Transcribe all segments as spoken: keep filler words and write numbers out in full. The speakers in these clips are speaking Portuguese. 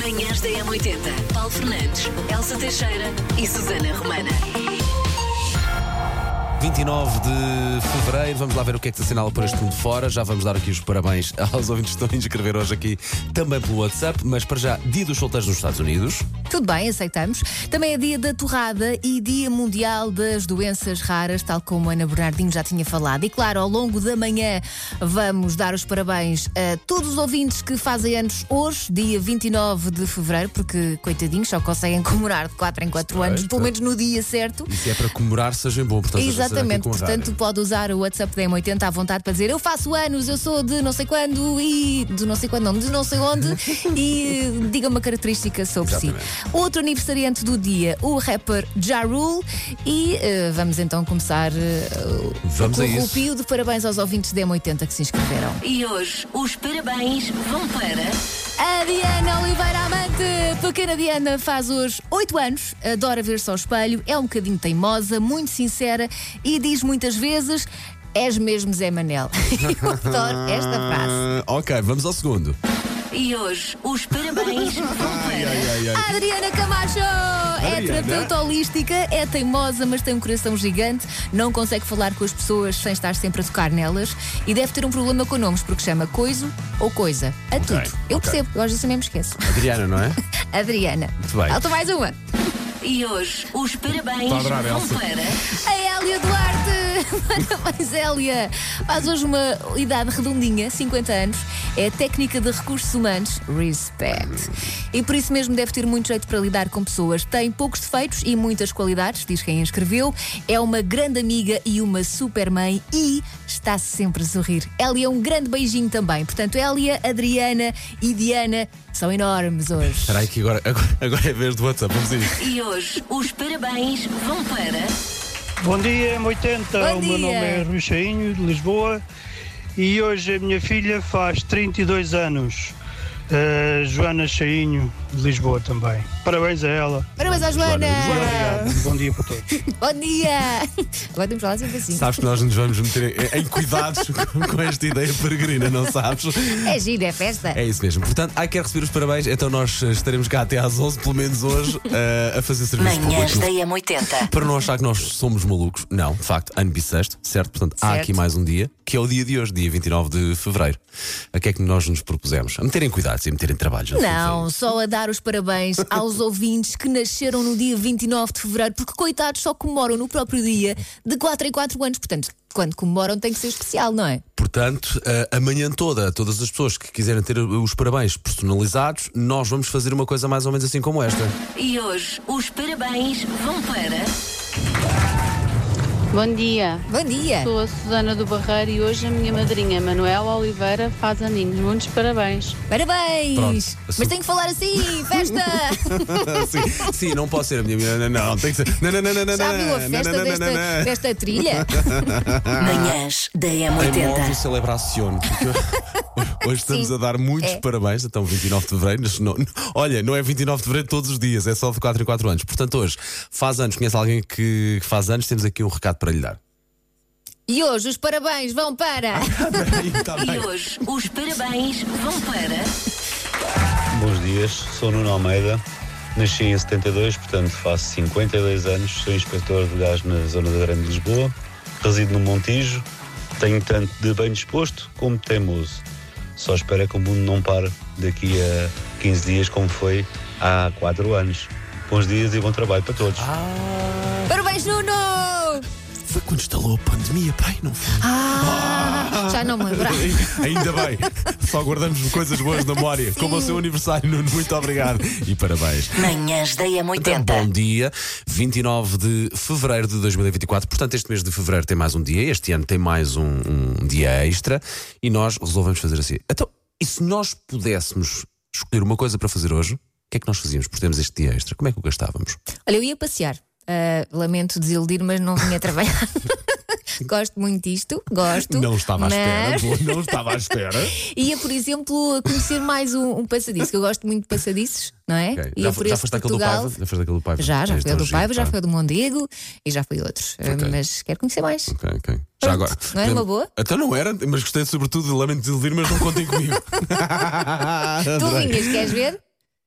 Manhãs da M oitenta. Paulo Fernandes, Elsa Teixeira e Susana Romana. vinte e nove de fevereiro, vamos lá ver o que é que se assinala por este mundo fora. Já vamos dar aqui os parabéns aos ouvintes que estão a inscrever hoje aqui também pelo WhatsApp. Mas para já, dia dos solteiros nos Estados Unidos. Tudo bem, aceitamos. Também é dia da torrada e dia mundial das doenças raras, tal como a Ana Bernardinho já tinha falado. E claro, ao longo da manhã vamos dar os parabéns a todos os ouvintes que fazem anos hoje, dia vinte e nove de fevereiro, porque, coitadinhos, só conseguem comemorar de quatro em quatro anos, Sei, pelo sei. menos no dia certo. E se é para comemorar, seja bom. Portanto, Exatamente, portanto pode usar o WhatsApp da M oitenta à vontade para dizer eu faço anos, eu sou de não sei quando e de não sei quando, não, de não sei onde e diga uma característica sobre Exatamente. si. Outro aniversariante do dia, o rapper Ja Rule. E uh, vamos então começar uh, Vamos com a o isso. rupio de parabéns aos ouvintes da M oitenta que se inscreveram. E hoje os parabéns vão para A Diana Oliveira Amante, pequena Diana, faz hoje oito anos, adora ver-se ao espelho, é um bocadinho teimosa, muito sincera e diz muitas vezes: és mesmo Zé Manel. Eu adoro esta frase. Ah, ok, vamos ao segundo. E hoje os parabéns vão para A Adriana Camacho é Adriana. terapeuta holística, é teimosa, mas tem um coração gigante, não consegue falar com as pessoas sem estar sempre a tocar nelas e deve ter um problema com nomes, porque chama coiso ou coisa. A tudo. Eu ok. percebo, eu às vezes também me esqueço. Adriana, não é? Adriana. Muito bem. Falta mais uma. E hoje os parabéns Estou a adorar, vão Elsa. para A Hélia Duarte! Parabéns, Hélia! Faz hoje uma idade redondinha, cinquenta anos, é técnica de recursos humanos, respect. E por isso mesmo deve ter muito jeito para lidar com pessoas. Tem poucos defeitos e muitas qualidades, diz quem a escreveu. É uma grande amiga e uma super mãe e está sempre a sorrir. Hélia, um grande beijinho também. Portanto, Hélia, Adriana e Diana são enormes hoje. Espera aí que agora, agora, agora é a vez do WhatsApp, vamos a isso. E hoje os parabéns vão para Bom dia, M oitenta. Bom O meu dia. nome é Rui Chainho, de Lisboa, e hoje a minha filha faz trinta e dois anos. Uh, Joana Chainho, de Lisboa também. Parabéns a ela. Parabéns à Joana! Obrigado. Bom dia para todos. Bom dia! Agora temos de falar sempre assim. Sabes que nós nos vamos meter em, em cuidados com esta ideia peregrina, não sabes? É giro, é festa. É isso mesmo. Portanto, ai, quer receber os parabéns, então nós eh, estaremos cá até às onze, pelo menos hoje, eh, a fazer serviço Manhãs público. da M oitenta. Para não achar que nós somos malucos, não, de facto, ano bissexto, certo? Portanto, há Certo. aqui mais um dia, que é o dia de hoje, dia vinte e nove de fevereiro. A que é que nós nos propusemos? A meterem cuidados e a meterem trabalho. Não, só a dar os parabéns aos ouvintes que nasceram no dia vinte e nove de fevereiro, porque coitados só comemoram no próprio dia de quatro em quatro anos. Portanto, quando comemoram tem que ser especial, não é? Portanto, eh, amanhã toda, todas as pessoas que quiserem ter os parabéns personalizados, nós vamos fazer uma coisa mais ou menos assim como esta. E hoje os parabéns vão para Bom dia, Bom dia! sou a Susana do Barreiro e hoje a minha madrinha Manuela Oliveira faz aninhos. Muitos parabéns. Parabéns! Pronto. Mas tem que falar assim, festa! sim, sim, não pode ser a minha menina, não, não, tem que ser. Não, não, não, não, não, Já viu a não, festa não, não, desta, não, não. desta trilha? Manhãs da M Em modo oitenta. celebração. porque Hoje estamos Sim, a dar muitos é. parabéns, então vinte e nove de fevereiro. mas não- olha, não é vinte e nove de fevereiro todos os dias, é só de quatro em quatro anos. Portanto, hoje faz anos, conhece alguém que que faz anos, temos aqui um recado para lhe dar. E hoje os parabéns vão para. Está E hoje os parabéns vão para Bons dias, sou Nuno Almeida, nasci em setenta e dois, portanto faço cinquenta e dois anos, sou inspetor de gás na zona da Grande Lisboa, resido no Montijo, tenho tanto de bem disposto como de teimoso. Só espero é que o mundo não pare daqui a quinze dias como foi há quatro anos. Bons dias e bom trabalho para todos. Parabéns, Nuno! Foi quando instalou a pandemia, pai, não foi? Ah, já não me lembrava. Ainda bem, só guardamos coisas boas na memória, como o seu aniversário, Nuno. Muito obrigado e parabéns. Manhãs da M Então, oitenta. bom dia, vinte e nove de fevereiro de dois mil e vinte e quatro. Portanto, este mês de fevereiro tem mais um dia. Este ano tem mais um, um dia extra. E nós resolvemos fazer assim. Então, e se nós pudéssemos escolher uma coisa para fazer hoje, o que é que nós fazíamos? Porque temos este dia extra. Como é que o gastávamos? Olha, eu ia passear. Ah, lamento desiludir, mas não vinha trabalhar. Gosto muito disto, gosto. Não estava à espera, mas... boa, não estava à espera. Ia, por exemplo, a conhecer mais um, um passadiço, que eu gosto muito de passadiços, não é? Ok. Ia Já, por já esse foste aquele do Portugal. Paiva? Já foste aquele do Paiva? Já, já É, foi o tão do giro, Paiva, já pá. foi o do Mondego e já foi outros. Ah, Ok. Mas quero conhecer mais. Ok, ok. Já Pronto, agora. não era uma boa? Então não era, mas gostei sobretudo de lamento desiludir, mas não contem comigo. Tu vinhas, queres ver?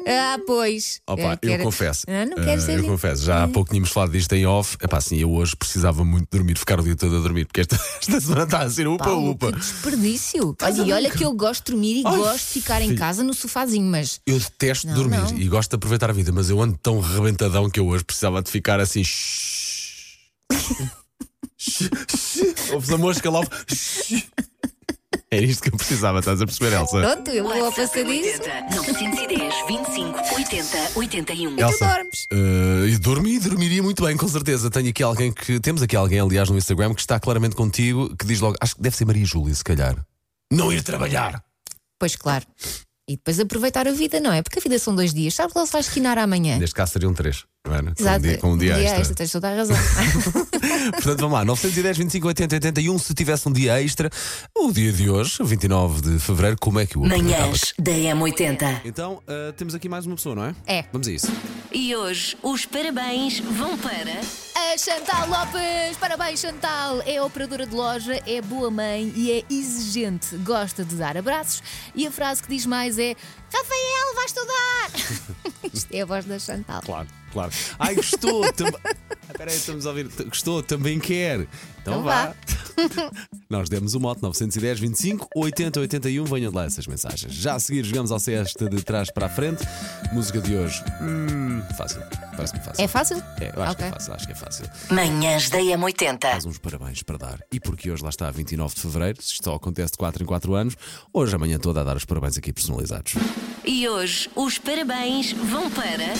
Ah, pois. Opa, eu, quero- confesso. Ah, não eh, quero ser. eu confesso, já há pouco tínhamos falado disto em off. Epá, sim, eu hoje precisava muito dormir, ficar o dia todo a dormir, porque esta, esta semana está a ser Paulo, upa-upa. que desperdício. Estás Olha, a e olha brincar? que eu gosto de dormir e Ai, gosto de ficar em filho. casa no sofazinho, mas. Eu detesto Não, dormir não. e gosto de aproveitar a vida, mas eu ando tão rebentadão que eu hoje precisava de ficar assim. Ouves a mosca lá. É isto que eu precisava, estás a perceber, Elsa? Pronto, eu vou ao WhatsApp passadiço. oitenta, novecentos e dez, vinte e cinco, oitenta, oitenta e um. Tu Elsa, dormes. eh, eu dormi e dormiria muito bem, com certeza. Tenho aqui alguém que. Temos aqui alguém, aliás, no Instagram que está claramente contigo, que diz logo, acho que deve ser Maria Júlia, se calhar. Não ir trabalhar. Pois claro. E depois aproveitar a vida, não é? Porque a vida são dois dias. Sabes que ele se vai esquinar amanhã. Neste caso seriam três, não era? Com um Exato. dia, com um dia extra. Tens toda a razão. Portanto, vamos lá, novecentos e dez, vinte e cinco, oitenta, oitenta e um. Se tivesse um dia extra, o dia de hoje, vinte e nove de fevereiro, como é que o aproveitavas? Manhãs da M oitenta. Então, uh, temos aqui mais uma pessoa, não é? É. Vamos a isso. E hoje os parabéns vão para. A Chantal Lopes, parabéns Chantal, é operadora de loja, é boa mãe e é exigente, gosta de dar abraços e a frase que diz mais é Rafael, vai estudar! Isto é a voz da Chantal. Claro, claro. Ai, gostou também. Espera aí, estamos a ouvir. T- Gostou, também quer. Então, Então vá. vá. Nós demos o mote novecentos e dez, vinte e cinco, oitenta, oitenta e um. Venham de lá essas mensagens. Já a seguir, jogamos ao Cesta de trás para a frente. Música de hoje. Hum, fácil. Parece-me fácil. É fácil? É, eu acho Ok. que é fácil, acho que é fácil. Manhãs da M oitenta. Mais uns parabéns para dar. E porque hoje lá está, vinte e nove de fevereiro, se isto só acontece de quatro em quatro anos, hoje amanhã toda a dar os parabéns aqui personalizados. E hoje os parabéns vão para.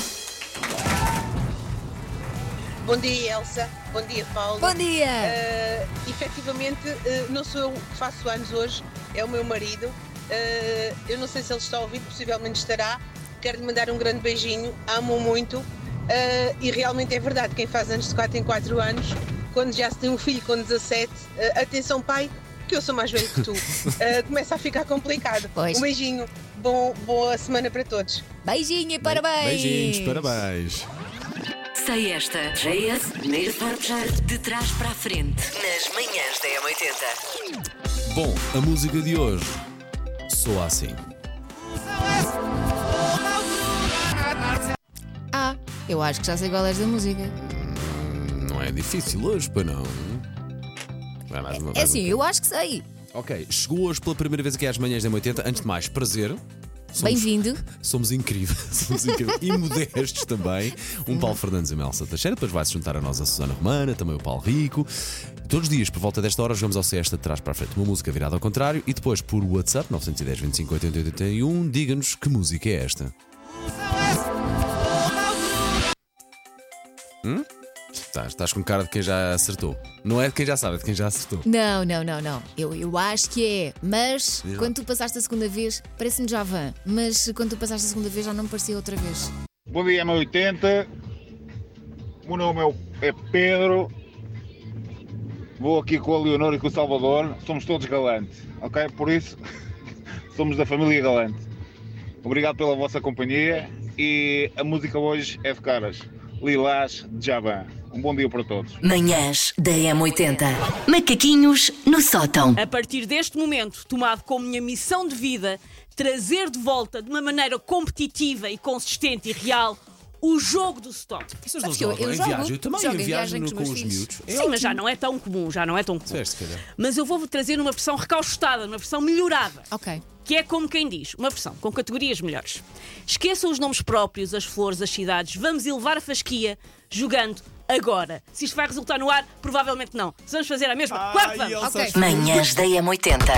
Bom dia, Elsa. Bom dia, Paulo. Bom dia! Uh, efetivamente, uh, não sou eu que faço anos hoje, é o meu marido. Uh, eu não sei se ele está a ouvir, possivelmente estará. Quero-lhe mandar um grande beijinho, amo-o muito. Uh, e realmente é verdade, quem faz anos de quatro em quatro anos, quando já se tem um filho com dezassete, uh, atenção pai, que eu sou mais velho que tu, uh, começa a ficar complicado. Pois. Um beijinho, bom, boa semana para todos. Beijinho e parabéns! Beijinhos, parabéns. Sei esta. J S, primeiro forjar de trás para a frente. Nas manhãs da M oitenta. Bom, a música de hoje soa assim. Ah, eu acho que já sei qual é esta música. Não é difícil hoje, para não. Vai mais uma É vez. assim, eu acho que sei. Ok, chegou hoje pela primeira vez aqui às manhãs da M oitenta. Antes de mais, prazer. Somos- Bem-vindo. Somos incríveis, somos incríveis e modestos também. Um Paulo Fernandes e uma Elsa Teixeira. Depois vai-se juntar a nós a Susana Romana, também o Paulo Rico. Todos os dias, por volta desta hora, jogamos ao Cesta de trás para a frente. Uma música virada ao contrário. E depois, por WhatsApp, novecentos e dez, vinte e cinco, oitenta, oitenta e um, diga-nos que música é esta. Hum? Estás, estás com cara de quem já acertou. Não é de quem já sabe, é de quem já acertou. Não, não, não, não. Eu, eu acho que é. Mas Diz lá. quando tu passaste a segunda vez, parece-me Javan. Mas quando tu passaste a segunda vez, já não me parecia outra vez. Bom dia, M oitenta. O meu nome é o- é Pedro. Vou aqui com a Leonor e com o Salvador. Somos todos galantes, ok? Por isso, somos da família Galante. Obrigado pela vossa companhia e a música hoje é de caras. Lilás de Javan. Um bom dia para todos. Manhãs da M oitenta. Macaquinhos no sótão. A partir deste momento, tomado como minha missão de vida, trazer de volta de uma maneira competitiva e consistente e real o jogo do stop. Vocês Sabes que eu- eu em jogo. viagem? Eu também Jogo em em viagem viagem no- com com os os meus miúdos. Sim, mas já não é tão comum, já não é tão comum. Disseste, se calhar. Mas eu vou trazer uma versão recaustada, uma versão melhorada. Ok. Que é como quem diz, uma versão com categorias melhores. Esqueçam os nomes próprios, as flores, as cidades. Vamos elevar a fasquia jogando agora. Se isto vai resultar no ar, provavelmente não. Se vamos fazer a mesma, claro que vamos. Ok. Manhãs da M oitenta.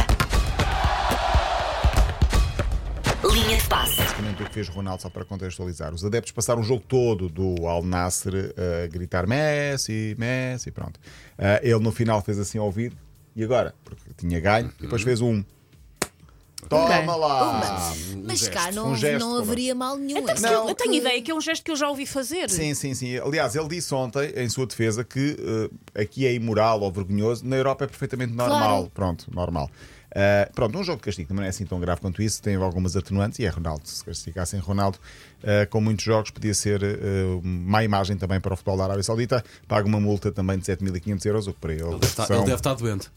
Linha de passe. Basicamente o que fez Ronaldo, só para contextualizar. Os adeptos passaram o jogo todo do Al Nassr a gritar Messi, Messi, pronto. Ah, ele no final fez assim ao ouvido, e agora? Porque tinha ganho, e depois fez um. Toma lá! Mas cá não, um gesto, não pronto. haveria mal nenhum. Até É porque só eu, eu tenho que- ideia que é um gesto que eu já ouvi fazer. Sim, sim, sim. Aliás, ele disse ontem, em sua defesa, que eh, aqui é imoral ou vergonhoso, na Europa é perfeitamente normal. Claro. Pronto, normal. Uh, pronto, um jogo de castigo também não é assim tão grave quanto isso, tem algumas atenuantes e é Ronaldo. Se castigassem Ronaldo, uh, com muitos jogos, podia ser uh, má imagem também para o futebol da Arábia Saudita. Paga uma multa também de sete mil e quinhentos euros, o que para ele, Ele deve estar, são... ele deve estar doente.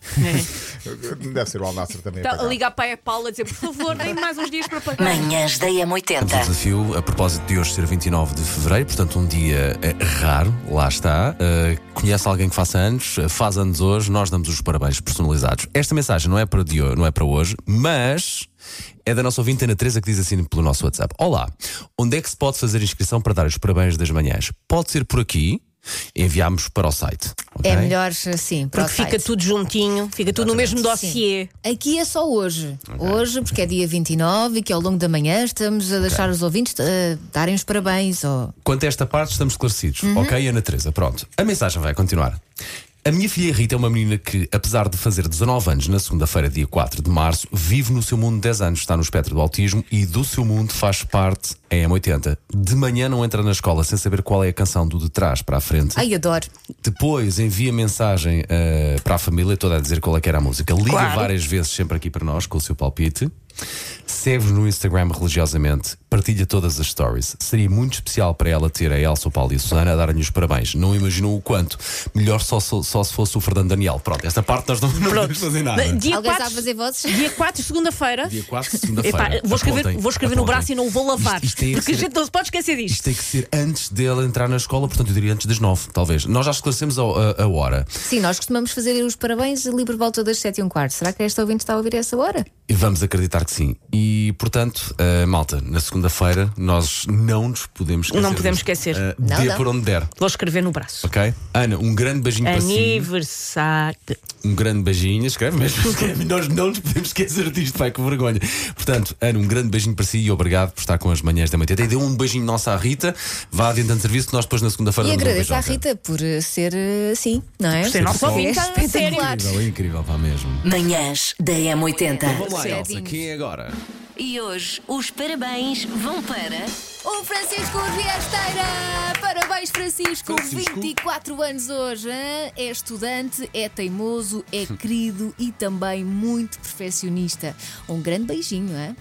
Deve ser o Al Nassr também. Está a ligar para a Paula a dizer, por favor, deem mais uns dias para pagar. Manhãs da M Temos oitenta. um desafio a propósito de hoje ser vinte e nove de fevereiro, portanto, um dia eh, raro, lá está. Uh, conhece alguém que faça anos, uh, faz anos hoje, nós damos os parabéns personalizados. Esta mensagem não é para, de, não é para hoje, mas é da nossa ouvinte Ana Teresa, que diz assim pelo nosso WhatsApp: Olá, onde é que se pode fazer inscrição para dar os parabéns das manhãs? Pode ser por aqui. Enviámos para o site. Okay? É melhor assim, para Porque o fica site. tudo juntinho, fica tudo no mesmo dossiê. Aqui é só hoje. Okay. Hoje, porque é dia vinte e nove e que ao longo da manhã estamos a deixar okay. os ouvintes uh, darem os parabéns. Ou... Quanto a esta parte, estamos esclarecidos. Uhum. Ok, Ana Teresa, pronto. A mensagem vai continuar. A minha filha Rita é uma menina que, apesar de fazer dezanove anos na segunda-feira, dia quatro de março, vive no seu mundo de dez anos, está no espectro do autismo e do seu mundo faz parte a M oitenta. De manhã não entra na escola sem saber qual é a canção do de trás para a frente. Ai, adoro. Depois envia mensagem uh, para a família toda a dizer qual é que era a música. Liga claro. várias vezes sempre aqui para nós com o seu palpite. Segue-nos no Instagram religiosamente, partilha todas as stories. Seria muito especial para ela ter a Elsa, o Paulo e a Susana a darem-lhe os parabéns. Não imaginou o quanto. Melhor só, só, só se fosse o Fernando Daniel. Pronto, esta parte nós não, não podemos fazer nada. Dia Alguém quatro, sabe fazer vozes? Dia quatro, segunda-feira. Dia quatro, segunda-feira. Epá, vou escrever, Apontem, vou escrever no apontem. braço e não o vou lavar. Isto, isto porque ser, a gente não se pode esquecer disto. Isto tem que ser antes dele entrar na escola, portanto eu diria antes das nove, talvez. Nós já esclarecemos a, a, a hora. Sim, nós costumamos fazer os parabéns ali por volta das sete e um quarto. Será que esta ouvinte está a ouvir essa hora? E vamos acreditar que sim. E portanto, uh, malta, na segunda-feira nós não nos podemos esquecer. Não podemos esquecer. Uh, não, dê não. por onde der. Vou escrever no braço. Ok? Ana, um grande beijinho Aniversário. para si. Um grande beijinho. Escreve mesmo. Escreve. Nós não nos podemos esquecer disto, vai, que vergonha. Portanto, Ana, um grande beijinho para si e obrigado por estar com as manhãs da M oitenta. E dê um beijinho nosso à Rita. Vá adiantando serviço que nós depois na segunda-feira E damos um agradeço beijão, à Rita por uh, ser uh, assim, não é? Por ser nosso ouvinte, é espetacular. Incrível, é incrível, vá mesmo. Manhãs da M oitenta. Então, vamos lá, Elsa, quem é agora? E hoje os parabéns vão para o Francisco Riesteira! Parabéns, Francisco! Francisco. vinte e quatro anos hoje, hein? É estudante, é teimoso, é querido e também muito perfeccionista. Um grande beijinho, hein?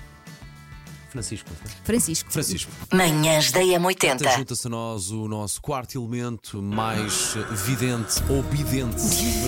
Francisco. Francisco. Francisco. Manhãs da M oitenta. Junta-se a nós o nosso quarto elemento mais vidente ou bidente.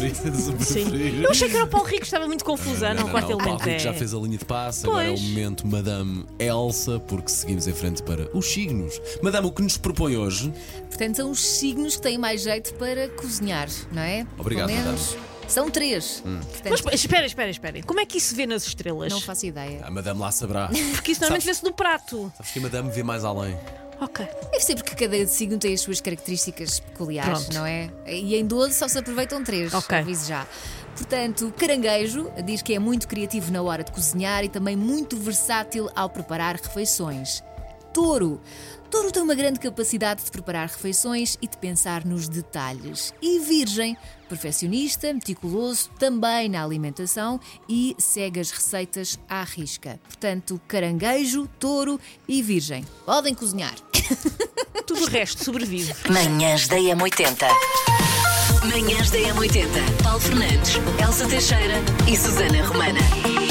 Sim. Eu achei que era o Paulo Rico, estava muito confusa, não, não, o quarto não, elemento. O Paulo Rico é... já fez a linha de passe, Pois. agora é o momento Madame Elsa, porque seguimos em frente para os signos. Madame, o que nos propõe hoje? Portanto, são os signos que têm mais jeito para cozinhar, não é? Obrigado, Pelo menos são três. Hum. Portanto, Mas espera, espera, espera. Como é que isso se vê nas estrelas? não faço ideia. A Madame lá saberá. Porque isso normalmente vê-se no prato. Sabes que a Madame vê mais além. Ok. Deve ser porque cada signo tem as suas características peculiares, Pronto. não é? E em doze só se aproveitam três. Ok. Aviso já. Portanto, caranguejo diz que é muito criativo na hora de cozinhar e também muito versátil ao preparar refeições. Touro. Touro tem uma grande capacidade de preparar refeições e de pensar nos detalhes. E Virgem, perfeccionista, meticuloso também na alimentação e segue as receitas à risca. Portanto, caranguejo, touro e virgem. Podem cozinhar. Tudo o resto sobrevive. Manhãs da M oitenta. Manhãs da M oitenta. Paulo Fernandes, Elsa Teixeira e Susana Romana.